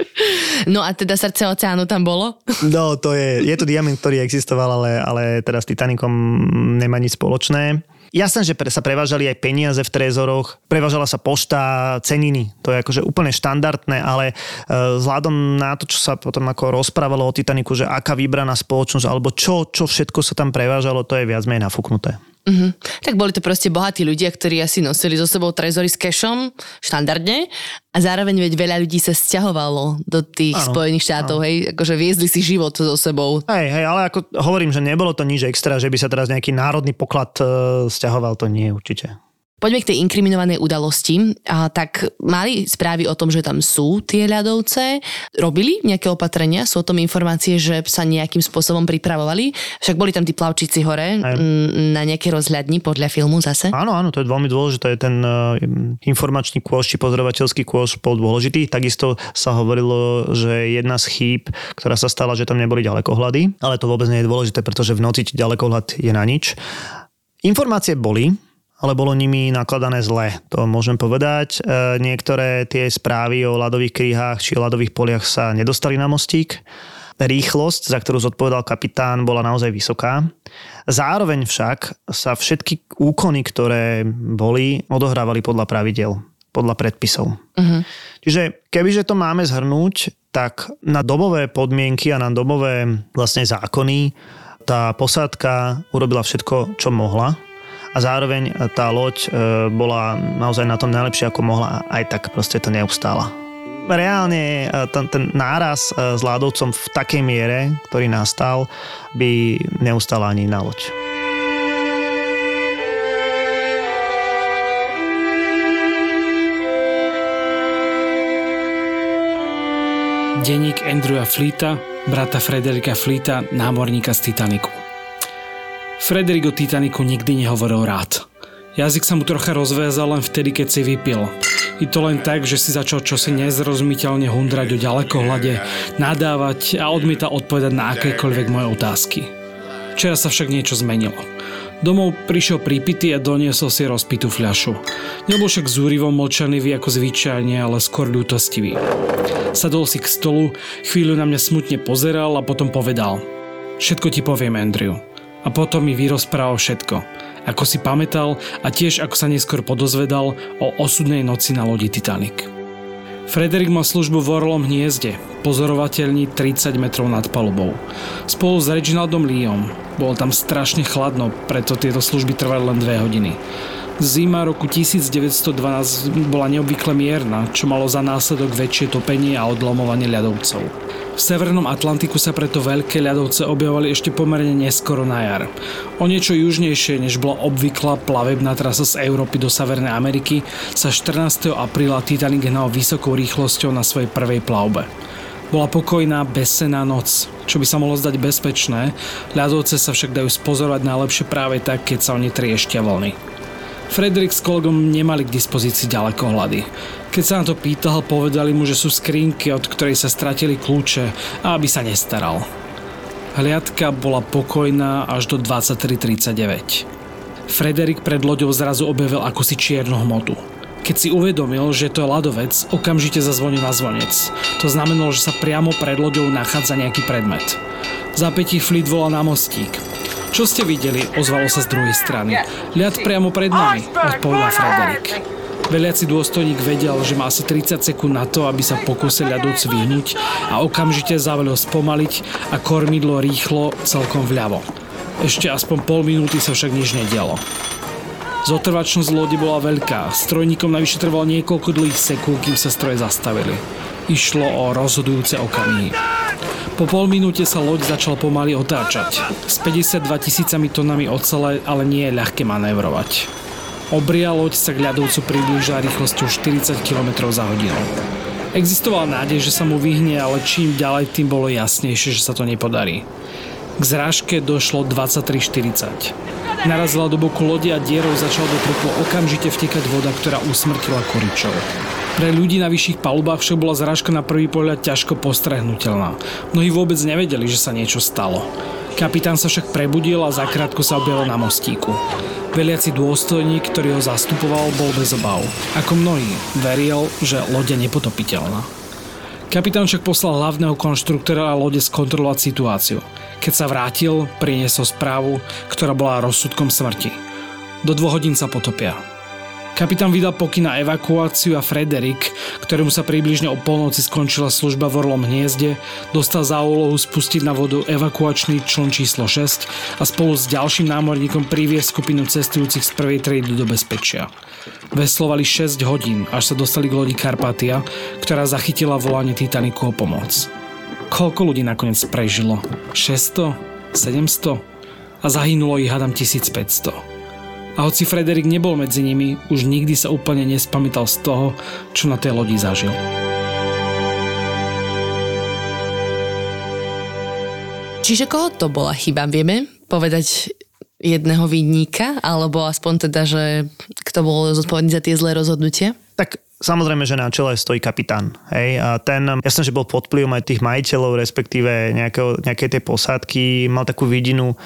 No a teda Srdce oceánu tam bolo? No, to je, je to diamant, ktorý existoval, ale, ale teda s Titanikom nemá nič spoločné. Jasné, že sa prevážali aj peniaze v trezoroch, prevážala sa pošta, ceniny, to je akože úplne štandardné, ale vzhľadom na to, čo sa potom ako rozprávalo o Titaniku, že aká vybraná spoločnosť, alebo čo, čo všetko sa tam prevážalo, to je viac menej nafúknuté. Uh-huh. Tak boli to proste bohatí ľudia, ktorí asi nosili so sebou trezory s cashom, štandardne, a zároveň veď veľa ľudí sa sťahovalo do tých áno, Spojených štátov, áno. hej, akože viezli si život so sebou. Hej, hej, ale ako hovorím, že nebolo to nič extra, že by sa teraz nejaký národný poklad uh, sťahoval, to nie určite. Poďme k tej inkriminovanej udalosti. A tak mali správy o tom, že tam sú tie ľadovce? Robili nejaké opatrenia? Sú o tom informácie, že sa nejakým spôsobom pripravovali? Však boli tam tí plavčíci hore Aj. na nejaké rozhľadni podľa filmu zase? Áno, áno, to je veľmi dôležité. Ten uh, informačný kôš či pozorovateľský kôš bol dôležitý. Takisto sa hovorilo, že jedna z chýb, ktorá sa stala, že tam neboli ďalekohľady, ale to vôbec nie je dôležité, pretože v noci ďalekohľad je na nič. Informácie boli, ale bolo nimi nakladané zle, to môžem povedať. E, niektoré tie správy o ľadových kríhách či ľadových poliach sa nedostali na mostík. Rýchlosť, za ktorú zodpovedal kapitán, bola naozaj vysoká. Zároveň však sa všetky úkony, ktoré boli, odohrávali podľa pravidiel, podľa predpisov. Uh-huh. Čiže kebyže to máme zhrnúť, tak na dobové podmienky a na dobové vlastne zákony tá posádka urobila všetko, čo mohla. A zároveň tá loď bola naozaj na tom najlepšie, ako mohla, aj tak proste to neustála. Reálne ten, ten náraz s ľadovcom v takej miere, ktorý nastal, by neustála ani na loď. Denník Andrewa Fleeta, brata Frederika Fleeta, námorníka z Titaniku. Frederik o Titaniku nikdy nehovoril rád. Jazyk sa mu trocha rozviazal len vtedy, keď si vypil. I to len tak, že si začal čosi nezrozumiteľne hundrať o ďalekohľade, nadávať a odmietal odpovedať na akékoľvek moje otázky. Včera sa však niečo zmenilo. Domov prišiel pripitý a doniesol si rozpitú fľašu. Nebol však zúrivo mlčanlivý ako zvyčajne, ale skôr ľútostivý. Sadol si k stolu, chvíľu na mňa smutne pozeral a potom povedal: Všetko ti poviem, Andrew. A potom mi vyrozprával všetko, ako si pamätal a tiež ako sa neskôr podozvedal o osudnej noci na lodi Titanic. Frederik mal službu v Orlom hniezde, pozorovateľni tridsať metrov nad palubou. Spolu s Reginaldom Leom. Bolo tam strašne chladno, preto tieto služby trvali len dve hodiny. Zima roku devätnásťstodvanásť bola neobvykle mierna, čo malo za následok väčšie topenie a odlomovanie ľadovcov. V Severnom Atlantiku sa preto veľké ľadovce objavovali ešte pomerne neskoro na jar. O niečo južnejšie, než bola obvyklá plavebná trasa z Európy do Severnej Ameriky, sa štrnásteho apríla Titanic hnal vysokou rýchlosťou na svojej prvej plavbe. Bola pokojná, bezsenná noc, čo by sa mohlo zdať bezpečné, ľadovce sa však dajú spozorovať najlepšie práve tak, keď sa o ne trieštia vlny. Frederik s kolegom nemali k dispozícii ďalekohľady. Keď sa na to pýtal, povedali mu, že sú skrinky, od ktorej sa stratili kľúče, a aby sa nestaral. Hliadka bola pokojná až do dvadsaťtri tridsaťdeväť. Frederik pred loďou zrazu objavil akúsi čiernu hmotu. Keď si uvedomil, že to je ľadovec, okamžite zazvonil na zvonec. To znamenalo, že sa priamo pred loďou nachádza nejaký predmet. V zápätí Fleet volal na mostík. Čo ste videli? Ozvalo sa z druhej strany. Ľad priamo pred nami, odpovedal Frederik. Veliaci dôstojník vedel, že má asi tridsať sekúnd na to, aby sa pokúsil ľadovec vyhnúť, a okamžite zavelil spomaliť a kormidlo rýchlo celkom vľavo. Ešte aspoň pol minúty sa však nič nedialo. Zotrvačnosť lode bola veľká. Strojníkom navyše trvalo niekoľko dlhých sekúnd, kým sa stroje zastavili. Išlo o rozhodujúce okamihy. Po pol minúte sa loď začala pomaly otáčať. S päťdesiatdva tisícami tonami ocele ale nie je ľahké manévrovať. Obria loď sa k ľadovcu priblížila rýchlosťou štyridsať kilometrov za hodinu. Existovala nádej, že sa mu vyhne, ale čím ďalej, tým bolo jasnejšie, že sa to nepodarí. K zrážke došlo dvadsaťtri štyridsať. Narazila do boku lode a dierou začala do trupu okamžite vtekať voda, ktorá usmrtila koričov. Pre ľudí na vyšších palubách však bola zrážka na prvý pohľad ťažko postrehnutelná. Mnohí vôbec nevedeli, že sa niečo stalo. Kapitán sa však prebudil a zakrátko sa objavil na mostíku. Veliaci dôstojník, ktorý ho zastupoval, bol bez obáv. Ako mnohí, veril, že loď je nepotopiteľná. Kapitán však poslal hlavného konštruktora lode skontrolovať situáciu. Keď sa vrátil, priniesol správu, ktorá bola rozsudkom smrti. Do dvoch hodín sa potopia. Kapitán vydal pokyn na evakuáciu a Frederick, ktorému sa približne o polnoci skončila služba v Orlom hniezde, dostal za úlohu spustiť na vodu evakuačný čln číslo šesť a spolu s ďalším námorníkom priviesť skupinu cestujúcich z prvej triedy do bezpečia. Veslovali šesť hodín, až sa dostali k lodi Carpathia, ktorá zachytila volanie Titanicu o pomoc. Koľko ľudí nakoniec prežilo? šesťsto? sedemsto? A zahynulo ich hádam tisícpäťsto. A hoci Frederick nebol medzi nimi, už nikdy sa úplne nespamätal z toho, čo na tej lodi zažil. Čiže koho to bola chyba? Vieme povedať jedného vinníka? Alebo aspoň teda, že kto bol zodpovedný za tie zlé rozhodnutia? Tak samozrejme, že na čele stojí kapitán. Hej? A ten, jasne, že bol pod vplyvom aj tých majiteľov, respektíve nejakého, nejakej tej posádky, mal takú vidinu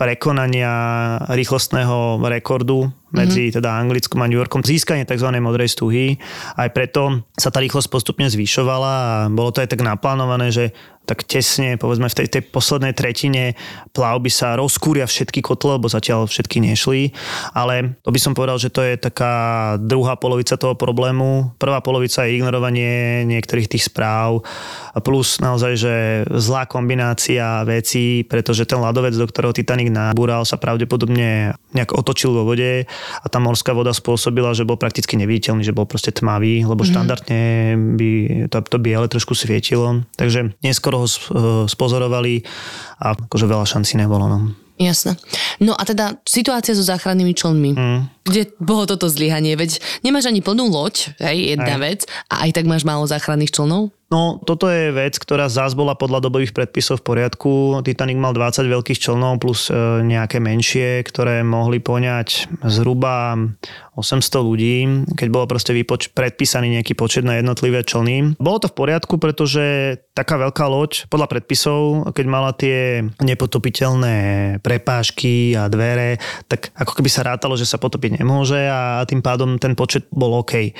prekonania rýchlostného rekordu medzi mm-hmm. teda Anglickom a New Yorkom, získanie tzv. Modrej stuhy. Aj preto sa tá rýchlosť postupne zvyšovala a bolo to aj tak naplánované, že tak tesne, povedzme v tej, tej poslednej tretine plavby sa rozkúria všetky kotle, lebo zatiaľ všetky nešli. Ale to by som povedal, že to je taká druhá polovica toho problému. Prvá polovica je ignorovanie niektorých tých správ plus naozaj, že zlá kombinácia vecí, pretože ten ľadovec, do ktorého Titanic nabúral, sa pravdepodobne nejak otočil vo vode a tá morská voda spôsobila, že bol prakticky neviditeľný, že bol proste tmavý, lebo mm-hmm. štandardne by to, to biele trošku svietilo. Takže neskoro ho spozorovali a akože veľa šancí nebolo. No. Jasné. No a teda situácia so záchrannými člnmi. Mm. Kde bolo toto zlyhanie? Veď nemáš ani plnú loď, hej, jedna aj. vec, a aj tak máš málo záchranných člnov? No, toto je vec, ktorá zás bola podľa dobových predpisov v poriadku. Titanic mal dvadsať veľkých člnov plus nejaké menšie, ktoré mohli poňať zhruba osemsto ľudí, keď bolo proste vypoč- predpísaný nejaký počet na jednotlivé člny. Bolo to v poriadku, pretože taká veľká loď, podľa predpisov, keď mala tie nepotopiteľné prepážky a dvere, tak ako keby sa rátalo, že sa potopiť nemôže a tým pádom ten počet bol OK.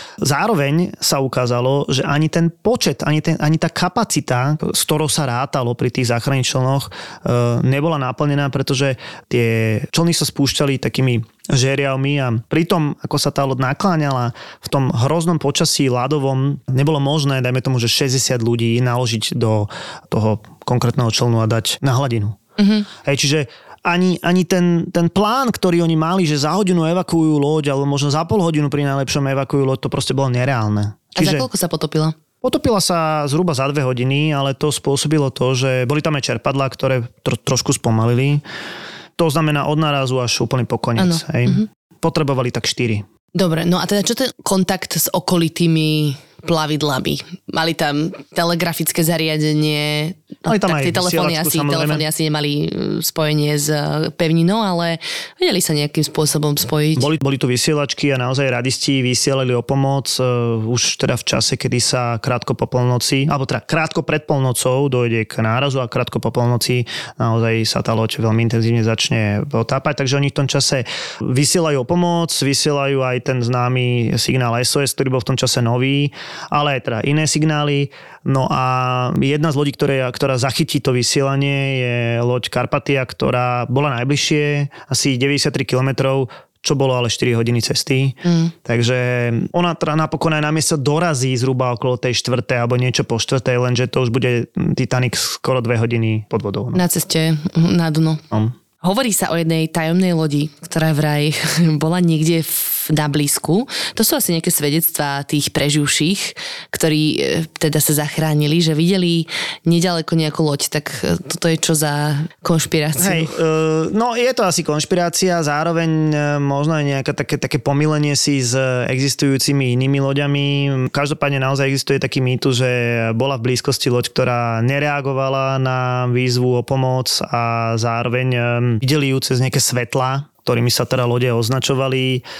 Zároveň sa ukázalo, že ani ten počet, ani, ten, ani tá kapacita, s ktorou sa rátalo pri tých záchranných člnoch, nebola naplnená, pretože tie člny sa spúšťali takými žeriavmi a pri tom, ako sa tá loď nakláňala v tom hroznom počasí ľadovom, nebolo možné, dajme tomu, že šesťdesiat ľudí naložiť do toho konkrétneho člnu a dať na hladinu. Mm-hmm. Hej, čiže ani, ani ten, ten plán, ktorý oni mali, že za hodinu evakuujú loď, alebo možno za pol hodinu pri najlepšom evakuujú loď, to proste bolo nereálne. Čiže, a za koľko sa potopila? Potopila sa zhruba za dve hodiny, ale to spôsobilo to, že boli tam aj čerpadlá, ktoré tro, trošku spomalili. To znamená od nárazu až úplný po koniec. Hej. Mm-hmm. Potrebovali tak štyri. Dobre, no a teda čo ten kontakt s okolitými plavidlami? Mali tam telegrafické zariadenie, mali tam tak tie telefóny asi, telefóny asi nemali spojenie s pevninou, ale vedeli sa nejakým spôsobom spojiť. Boli, boli tu vysielačky a naozaj radisti vysielali o pomoc uh, už teda v čase, kedy sa krátko po polnoci, alebo teda krátko pred polnocou dojde k nárazu a krátko po polnoci naozaj sa tá loď veľmi intenzívne začne otápať, takže oni v tom čase vysielajú o pomoc, vysielajú aj ten známy signál es ó es, ktorý bol v tom čase nový, ale aj teda iné signály. No a jedna z lodí, ktorá, ktorá zachytí to vysielanie, je loď Carpathia, ktorá bola najbližšie, asi deväťdesiattri kilometrov, čo bolo ale štyri hodiny cesty. Mm. Takže ona teda napokon aj na miesto dorazí zhruba okolo tej štvrtej alebo niečo po štvrtej, lenže to už bude Titanic skoro dve hodiny pod vodou. No. Na ceste na dno. No. Hovorí sa o jednej tajomnej lodi, ktorá vraj bola niekde v, na blízku. To sú asi nejaké svedectvá tých preživších, ktorí teda sa zachránili, že videli nedaleko nejakú loď. Tak toto je čo za konšpiráciu? Hej, uh, no je to asi konšpirácia, zároveň uh, možno aj nejaké také, také pomýlenie si s existujúcimi inými loďami. Každopádne naozaj existuje taký mýtus, že bola v blízkosti loď, ktorá nereagovala na výzvu o pomoc a zároveň um, videli ju cez nejaké svetlá, ktorými sa teda lode označovali.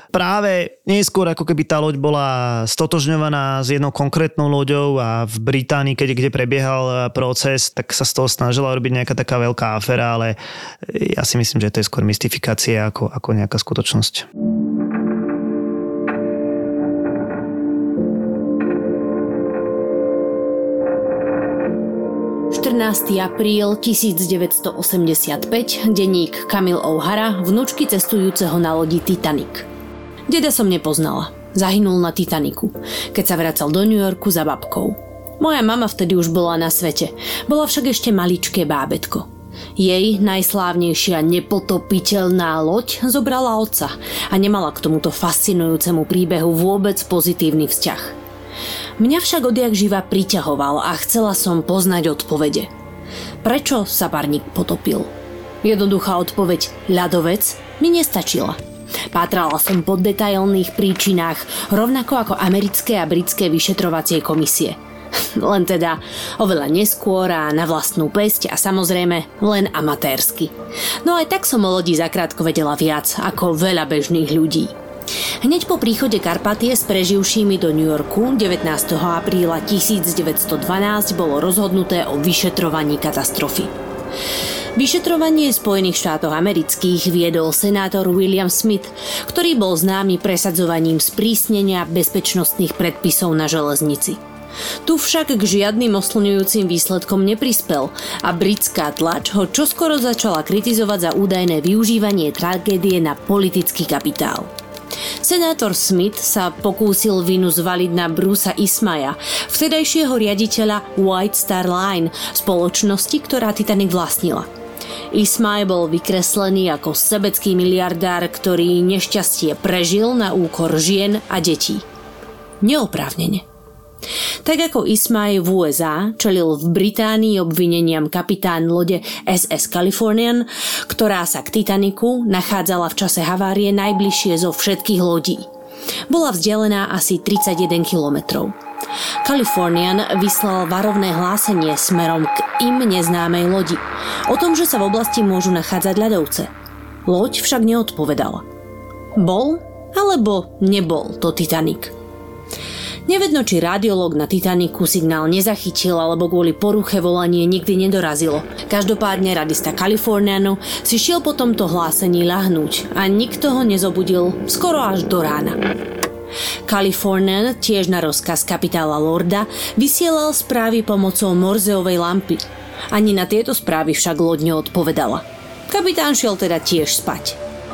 práve neskôr ako keby tá loď bola stotožňovaná s jednou konkrétnou loďou a v Británii, keď kde prebiehal proces, tak sa z toho snažila robiť nejaká taká veľká aféra, ale ja si myslím, že to je skôr mystifikácia ako, ako nejaká skutočnosť. štrnásteho apríla tisícdeväťstoosemdesiatpäť, denník Camille O'Hara, vnúčky cestujúceho na lodi Titanic. Deda som nepoznala. Zahynul na Titaniku, keď sa vracal do New Yorku za babkou. Moja mama vtedy už bola na svete. Bola však ešte maličké bábätko. Jej najslávnejšia nepotopiteľná loď zobrala otca a nemala k tomuto fascinujúcemu príbehu vôbec pozitívny vzťah. Mňa však odjak živa priťahoval a chcela som poznať odpovede. Prečo sa parník potopil? Jednoduchá odpoveď ľadovec mi nestačila. Pátrala som po detailných príčinách, rovnako ako americké a britské vyšetrovacie komisie. Len teda oveľa neskôr a na vlastnú päsť a samozrejme len amatérsky. No aj tak som o lodi zakrátko vedela viac ako veľa bežných ľudí. Hneď po príchode Karpatie s preživšími do New Yorku devätnásteho apríla tisícdeväťstodvanásť bolo rozhodnuté o vyšetrovaní katastrofy. Vyšetrovanie Spojených štátov amerických viedol senátor William Smith, ktorý bol známy presadzovaním sprísnenia bezpečnostných predpisov na železnici. Tu však k žiadnym oslňujúcim výsledkom neprispel a britská tlač ho čoskoro začala kritizovať za údajné využívanie tragédie na politický kapitál. Senátor Smith sa pokúsil vinu zvaliť na Brucea Ismaya, vtedajšieho riaditeľa White Star Line, spoločnosti, ktorá Titanic vlastnila. Ismay bol vykreslený ako sebecký miliardár, ktorý nešťastie prežil na úkor žien a detí. Neoprávnene. Tak ako Ismay v ú es á čelil v Británii obvineniam kapitán lode es es Californian, ktorá sa k Titaniku nachádzala v čase havárie najbližšie zo všetkých lodí. Bola vzdialená asi tridsaťjeden kilometrov. Californian vyslal varovné hlásenie smerom k im neznámej lodi o tom, že sa v oblasti môžu nachádzať ľadovce. Loď však neodpovedala. Bol alebo nebol to Titanic? Nevedno, či radiológ na Titaniku signál nezachytil alebo kvôli poruche volanie nikdy nedorazilo. Každopádne radista Californianu si šiel po tomto hlásení ľahnúť a nikto ho nezobudil skoro až do rána. Californian tiež na rozkaz kapitána Lorda vysielal správy pomocou Morzeovej lampy. Ani na tieto správy však loď neodpovedala. Kapitán šiel teda tiež spať.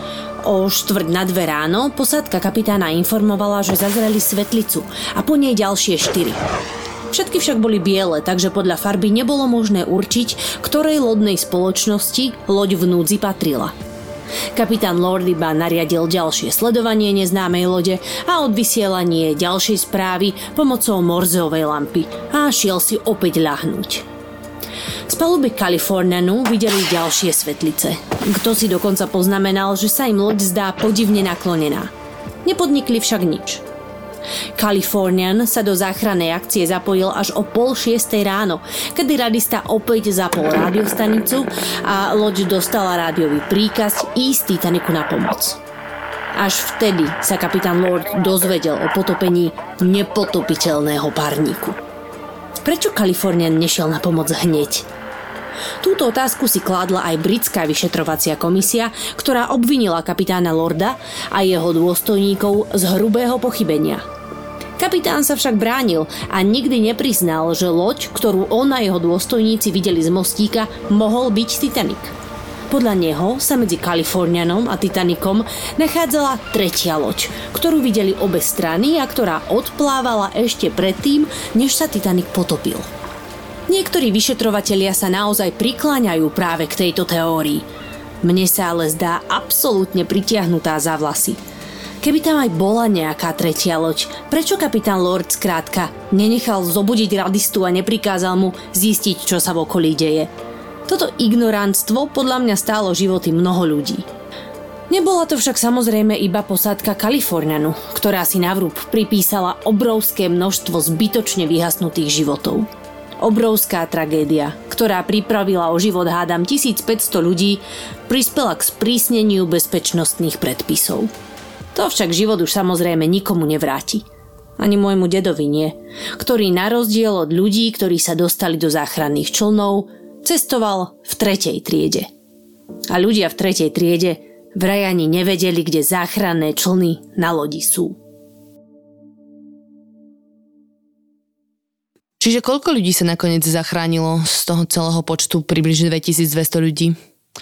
O štvrť na dve ráno posádka kapitána informovala, že zazreli svetlicu a po nej ďalšie štyri. Všetky však boli biele, takže podľa farby nebolo možné určiť, ktorej lodnej spoločnosti loď v núdzi patrila. Kapitán Lord iba nariadil ďalšie sledovanie neznámej lode a odvysielanie ďalšej správy pomocou Morzeovej lampy a šiel si opäť ľahnúť. Z paluby Californianu videli ďalšie svetlice. Kto si dokonca poznamenal, že sa im loď zdá podivne naklonená. Nepodnikli však nič. Californian sa do záchrannej akcie zapojil až o pol šiestej ráno, kedy radista opäť zapol rádiostanicu a loď dostala rádiový príkaz ísť Titaniku na pomoc. Až vtedy sa kapitán Lord dozvedel o potopení nepotopiteľného parníku. Prečo Californian nešiel na pomoc hneď? Túto otázku si kládla aj britská vyšetrovacia komisia, ktorá obvinila kapitána Lorda a jeho dôstojníkov z hrubého pochybenia. Kapitán sa však bránil a nikdy nepriznal, že loď, ktorú on a jeho dôstojníci videli z mostíka, mohol byť Titanic. Podľa neho sa medzi Californianom a Titanicom nachádzala tretia loď, ktorú videli obe strany a ktorá odplávala ešte predtým, než sa Titanic potopil. Niektorí vyšetrovatelia sa naozaj prikláňajú práve k tejto teórii. Mne sa ale zdá absolútne pritiahnutá za vlasy. Keby tam aj bola nejaká tretia loď, prečo kapitán Lord skrátka nenechal zobudiť radistu a neprikázal mu zistiť, čo sa v okolí deje? Toto ignorantstvo podľa mňa stálo životy mnoho ľudí. Nebola to však samozrejme iba posádka Californianu, ktorá si na vrúb pripísala obrovské množstvo zbytočne vyhasnutých životov. Obrovská tragédia, ktorá pripravila o život hádam tisícpäťsto ľudí, prispela k sprísneniu bezpečnostných predpisov. To však život už samozrejme nikomu nevráti. Ani môjmu dedovi nie, ktorý na rozdiel od ľudí, ktorí sa dostali do záchranných člnov, cestoval v tretej triede. A ľudia v tretej triede vraj ani nevedeli, kde záchranné člny na lodi sú. Čiže koľko ľudí sa nakoniec zachránilo z toho celého počtu približne dvetisícdvesto ľudí?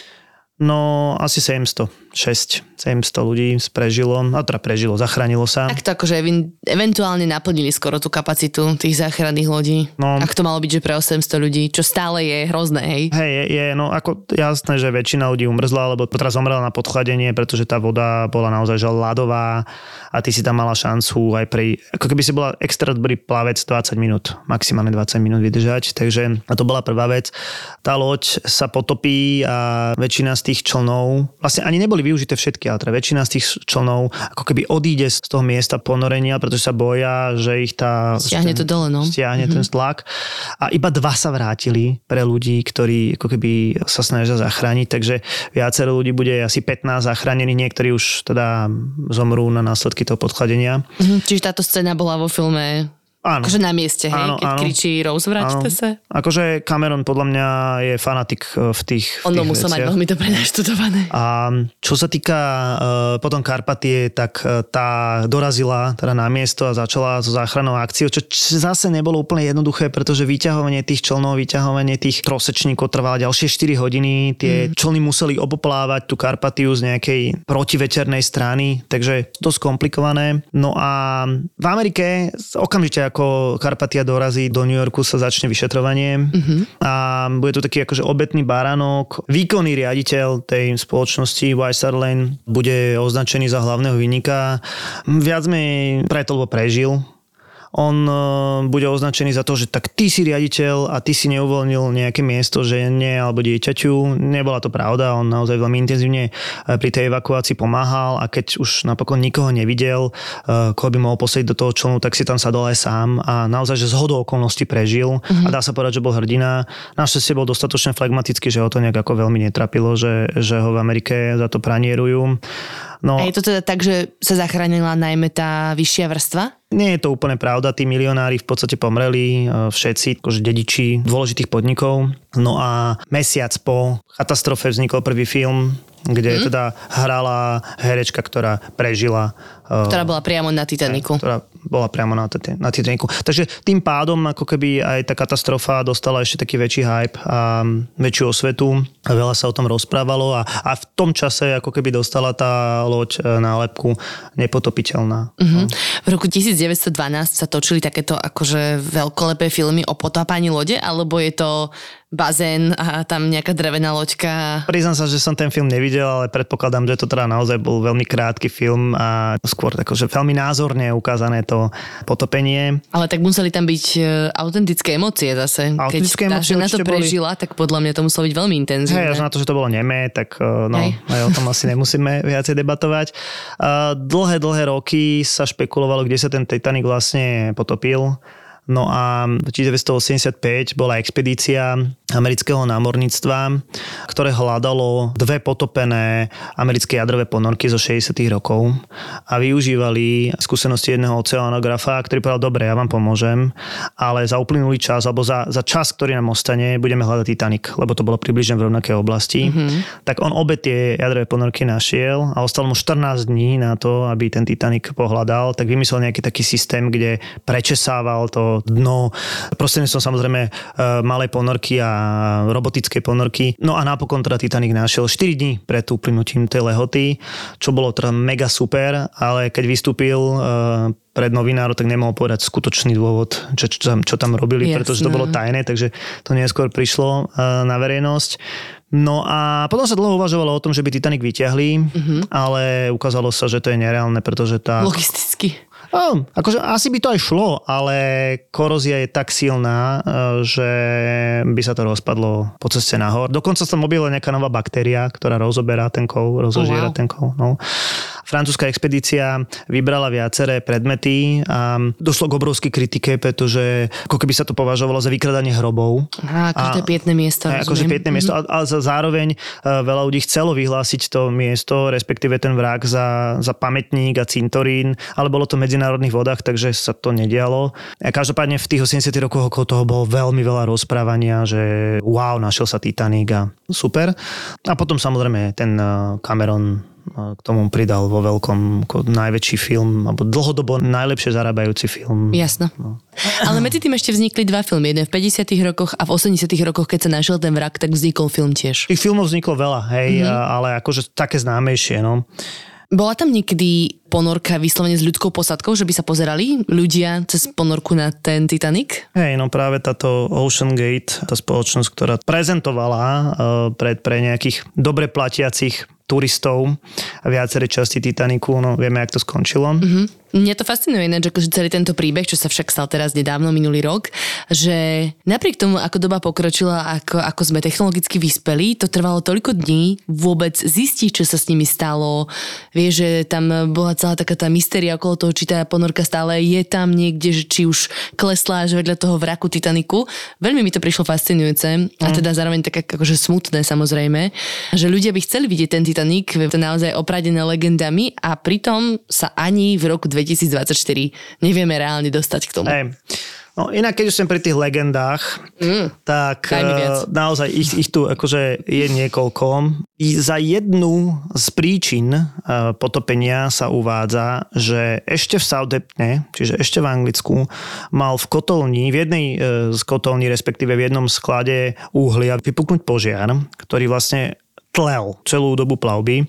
No, asi sedemstošesť, sedemsto ľudí prežilo, a teda prežilo, zachránilo sa. Tak to akože eventuálne naplnili skoro tú kapacitu tých záchranných lodí. No, ak to malo byť, že pre osemsto ľudí, čo stále je hrozné, hej? Hej, je, je, no ako jasné, že väčšina ľudí umrzla, lebo teraz zomrela na podchladenie, pretože tá voda bola naozaj že ľadová a ty si tam mala šancu aj pri, ako keby si bola extra dobrý plavec dvadsať minút, maximálne dvadsať minút vydržať, takže a to bola prvá vec. Tá loď sa potopí a väčšina z tých člnov, vlastne ani neboli využité všetky, ale teda väčšina z tých člnov ako keby odíde z toho miesta ponorenia, pretože sa boja, že ich tá... Stiahne to dole, no. Stiahne mm-hmm. ten tlak. A iba dva sa vrátili pre ľudí, ktorí ako keby sa snažia zachrániť, takže viacero ľudí bude asi pätnásť zachránených, niektorí už teda zomrú na následky toho podchladenia. Mm-hmm. Čiže táto scéna bola vo filme... Áno. Akože na mieste, hej, áno, keď áno. kričí Rose, vráťte sa. Akože Cameron podľa mňa je fanatik v tých v On tých musel mať veľmi dobre naštudované. A čo sa týka uh, potom Karpatie, tak uh, tá dorazila teda na miesto a začala so záchrannou akciou, čo zase nebolo úplne jednoduché, pretože vyťahovanie tých člnov, vyťahovanie tých trosečníkov trvalo ďalšie štyri hodiny. Tie mm. člny museli oboplávať tú Karpatiu z nejakej protiveternej strany, takže dosť komplikované. No a v Amerike okamžite ako Karpatia dorazí do New Yorku, sa začne vyšetrovanie mm-hmm. a bude to taký akože obetný baránok. Výkonný riaditeľ tej spoločnosti White Star Line bude označený za hlavného vinníka. Viac menej preto, lebo prežil. On bude označený za to, že tak ty si riaditeľ a ty si neuvoľnil nejaké miesto žene alebo dieťaťu. Nebola to pravda, on naozaj veľmi intenzívne pri tej evakuácii pomáhal a keď už napokon nikoho nevidel, koho by mohol posadiť do toho člnu, tak si tam sadol aj sám a naozaj, že zhodou okolností prežil mm-hmm. a dá sa povedať, že bol hrdina. Našťastie bol dostatočne flegmatický, že ho to nejak ako veľmi netrapilo, že, že ho v Amerike za to pranierujú. No, a je to teda tak, že sa zachránila najmä tá vyššia vrstva? Nie je to úplne pravda, tí milionári v podstate pomreli, všetci, akože dediči dôležitých podnikov. No a mesiac po katastrofe vznikol prvý film, kde mm. teda hrala herečka, ktorá prežila. Ktorá bola priamo na Titaniku. Ktorá bola priamo na, na Titaniku. Takže tým pádom ako keby aj tá katastrofa dostala ešte taký väčší hype a väčšiu osvetu. Veľa sa o tom rozprávalo a, a v tom čase ako keby dostala tá loď nálepku nepotopiteľná. Mm-hmm. V roku devätnásťstodvanásť sa točili takéto akože veľkolepé filmy o potápaní lode, alebo je to bazén a tam nejaká drevená loďka? Priznám sa, že som ten film nevidel, ale predpokladám, že to teda naozaj bol veľmi krátky film a skôr akože veľmi názorne ukázané to potopenie. Ale tak museli tam byť autentické emócie zase. Autentické Keď tá žena to prežila, boli... tak podľa mňa to muselo byť veľmi intenzívne. Hej, na to, že to bolo nemé, tak no, aj o tom asi nemusíme viacej debatovať. Dlhé, dlhé roky sa špekulovalo, kde sa ten Titanic vlastne potopil. No a v devätnásťstoosemdesiatpäť bola expedícia amerického námorníctva, ktoré hľadalo dve potopené americké jadrové ponorky zo šesťdesiatych rokov a využívali skúsenosti jedného oceanografa, ktorý povedal, dobre, ja vám pomôžem, ale za uplynulý čas, alebo za, za čas, ktorý nám ostane, budeme hľadať Titanic, lebo to bolo približne v rovnakej oblasti. Mm-hmm. Tak on obe tie jadrové ponorky našiel a ostalo mu štrnásť dní na to, aby ten Titanic pohľadal, tak vymyslel nejaký taký systém, kde prečesával to dno, prostredníctvom samozrejme malej ponorky a robotickej ponorky. No a napokon teda Titanic našiel štyri dní pred uplynutím tej lehoty, čo bolo teda mega super, ale keď vystúpil pred novinárov, tak nemohol povedať skutočný dôvod, čo, čo, tam, čo tam robili, Jasné. Pretože to bolo tajné, takže to neskôr prišlo na verejnosť. No a potom sa dlho uvažovalo o tom, že by Titanic vyťahli, mm-hmm. ale ukázalo sa, že to je nereálne, pretože tá... Logisticky. Oh, akože asi by to aj šlo, ale korózia je tak silná, že by sa to rozpadlo po ceste nahor. Dokonca sa tam objavila nejaká nová baktéria, ktorá rozoberá ten kov, rozožiera oh, wow. ten kov. No. francúzska expedícia vybrala viaceré predmety a došlo k obrovskej kritike, pretože ako keby sa to považovalo za vykradanie hrobov. Aha, akože to je pietné miesto. A, akože pietné mm-hmm. miesto, ale zároveň veľa ľudí chcelo vyhlásiť to miesto, respektíve ten vrak za, za pamätník a cintorín, ale bolo to v medzinárodných vodách, takže sa to nedialo. A každopádne v tých osemdesiatych rokoch okolo toho bolo veľmi veľa rozprávania, že wow, našiel sa Titanic a super. A potom samozrejme ten Cameron k tomu pridal vo veľkom ako najväčší film, alebo dlhodobo najlepšie zarábajúci film. Jasno. No. Ale medzi tým ešte vznikli dva filmy. Jeden v päťdesiatych rokoch a v osemdesiatych rokoch, keď sa našiel ten vrak, tak vznikol film tiež. Tých filmov vzniklo veľa, hej, mm-hmm. ale akože také známejšie, no. Bola tam niekedy ponorka vyslovene s ľudskou posadkou, že by sa pozerali ľudia cez ponorku na ten Titanic? Hej, no práve táto Ocean Gate, tá spoločnosť, ktorá prezentovala uh, pre, pre nejakých dobre platiacich turistov a viaceré časti Titanicu, no vieme, jak to skončilo. Mm-hmm. Mňa to fascinuje ináč, akože celý tento príbeh, čo sa však stal teraz nedávno, minulý rok, že napriek tomu, ako doba pokročila, ako, ako sme technologicky vyspeli, to trvalo toľko dní vôbec zistiť, čo sa s nimi stalo. Vieš, že tam bola celá taká tá mystéria okolo toho, či tá ponorka stále je tam niekde, že či už klesla až vedľa toho vraku Titanicu. Veľmi mi to prišlo fascinujúce a teda zároveň tak akože smutné samozrejme, že ľudia by chceli vidieť ten Titanic, to naozaj opradené legendami a pritom sa ani v roku dvetisícdvadsaťštyri nevieme reálne dostať k tomu. Hey. No inak, keď už som pri tých legendách, mm, tak uh, naozaj ich, ich tu akože je niekoľko. I za jednu z príčin uh, potopenia sa uvádza, že ešte v Southamptone, čiže ešte v Anglicku, mal v kotolni, v jednej uh, z kotolní, respektíve v jednom sklade uhlia vypuknúť požiar, ktorý vlastne tlel celú dobu plavby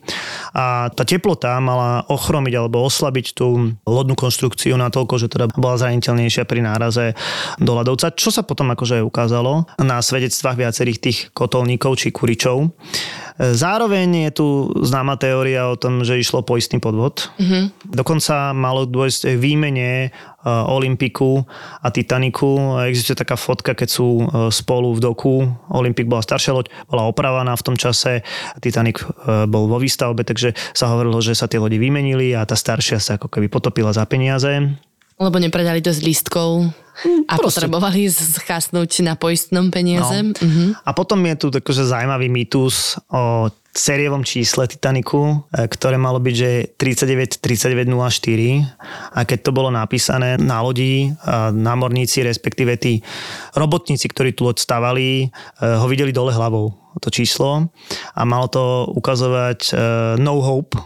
a tá teplota mala ochromiť alebo oslabiť tú lodnú konštrukciu natoľko, že teda bola zraniteľnejšia pri náraze do ľadovca, čo sa potom akože ukázalo na svedectvách viacerých tých kotolníkov či kuričov. Zároveň je tu známa teória o tom, že išlo poistný podvod. Mm-hmm. Dokonca malo dôjsť výmene Olympiku a Titanicu. Existuje taká fotka, keď sú spolu v doku. Olympik bola staršia loď, bola opravaná v tom čase. Titanic bol vo výstavbe, takže sa hovorilo, že sa tie lodi vymenili a tá staršia sa ako keby potopila za peniaze. Lebo nepredali dosť lístkov a proste potrebovali schasnúť na poistnom peniaze. No. Uh-huh. A potom je tu akože zaujímavý mýtus o sériovom čísle Titanicu, ktoré malo byť, že tridsaťdeväť tridsaťdeväť nula štyri a keď to bolo napísané na lodi, námorníci, respektíve tí robotníci, ktorí tu loď stavali, ho videli dole hlavou, to číslo a malo to ukazovať no hope.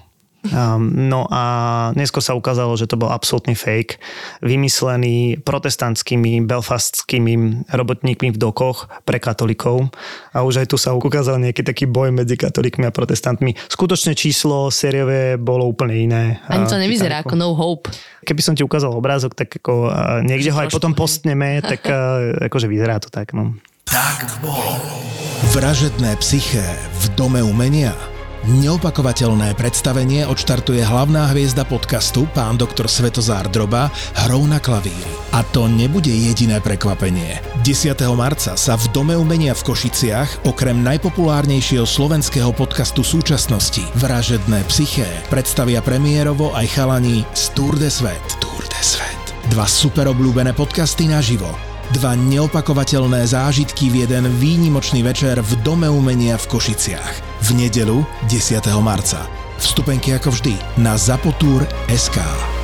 Um, no a neskôr sa ukázalo, že to bol absolútny fake, vymyslený protestantskými, belfastskými robotníkmi v dokoch pre katolíkov a už aj tu sa ukázal nejaký taký boj medzi katolíkmi a protestantmi. Skutočné číslo sériové bolo úplne iné. Ani to nevyzerá ako No Hope. Keby som ti ukázal obrázok, tak ako niekde ho aj potom postneme, tak akože vyzerá to tak. No. Tak bolo. Vražedné psyché v Dome umenia. Neopakovateľné predstavenie odštartuje hlavná hviezda podcastu, pán doktor Svetozár Droba, hrou na klavíri. A to nebude jediné prekvapenie. desiateho marca sa v Dome umenia v Košiciach okrem najpopulárnejšieho slovenského podcastu súčasnosti Vražedné psyché predstavia premiérovo aj chalani z Tour de Svet. Tour de Svet. Dva super obľúbené podcasty naživo. Dva neopakovateľné zážitky v jeden výnimočný večer v Dome umenia v Košiciach. V nedeľu desiateho marca. Vstupenky ako vždy na zapotur bodka es ká.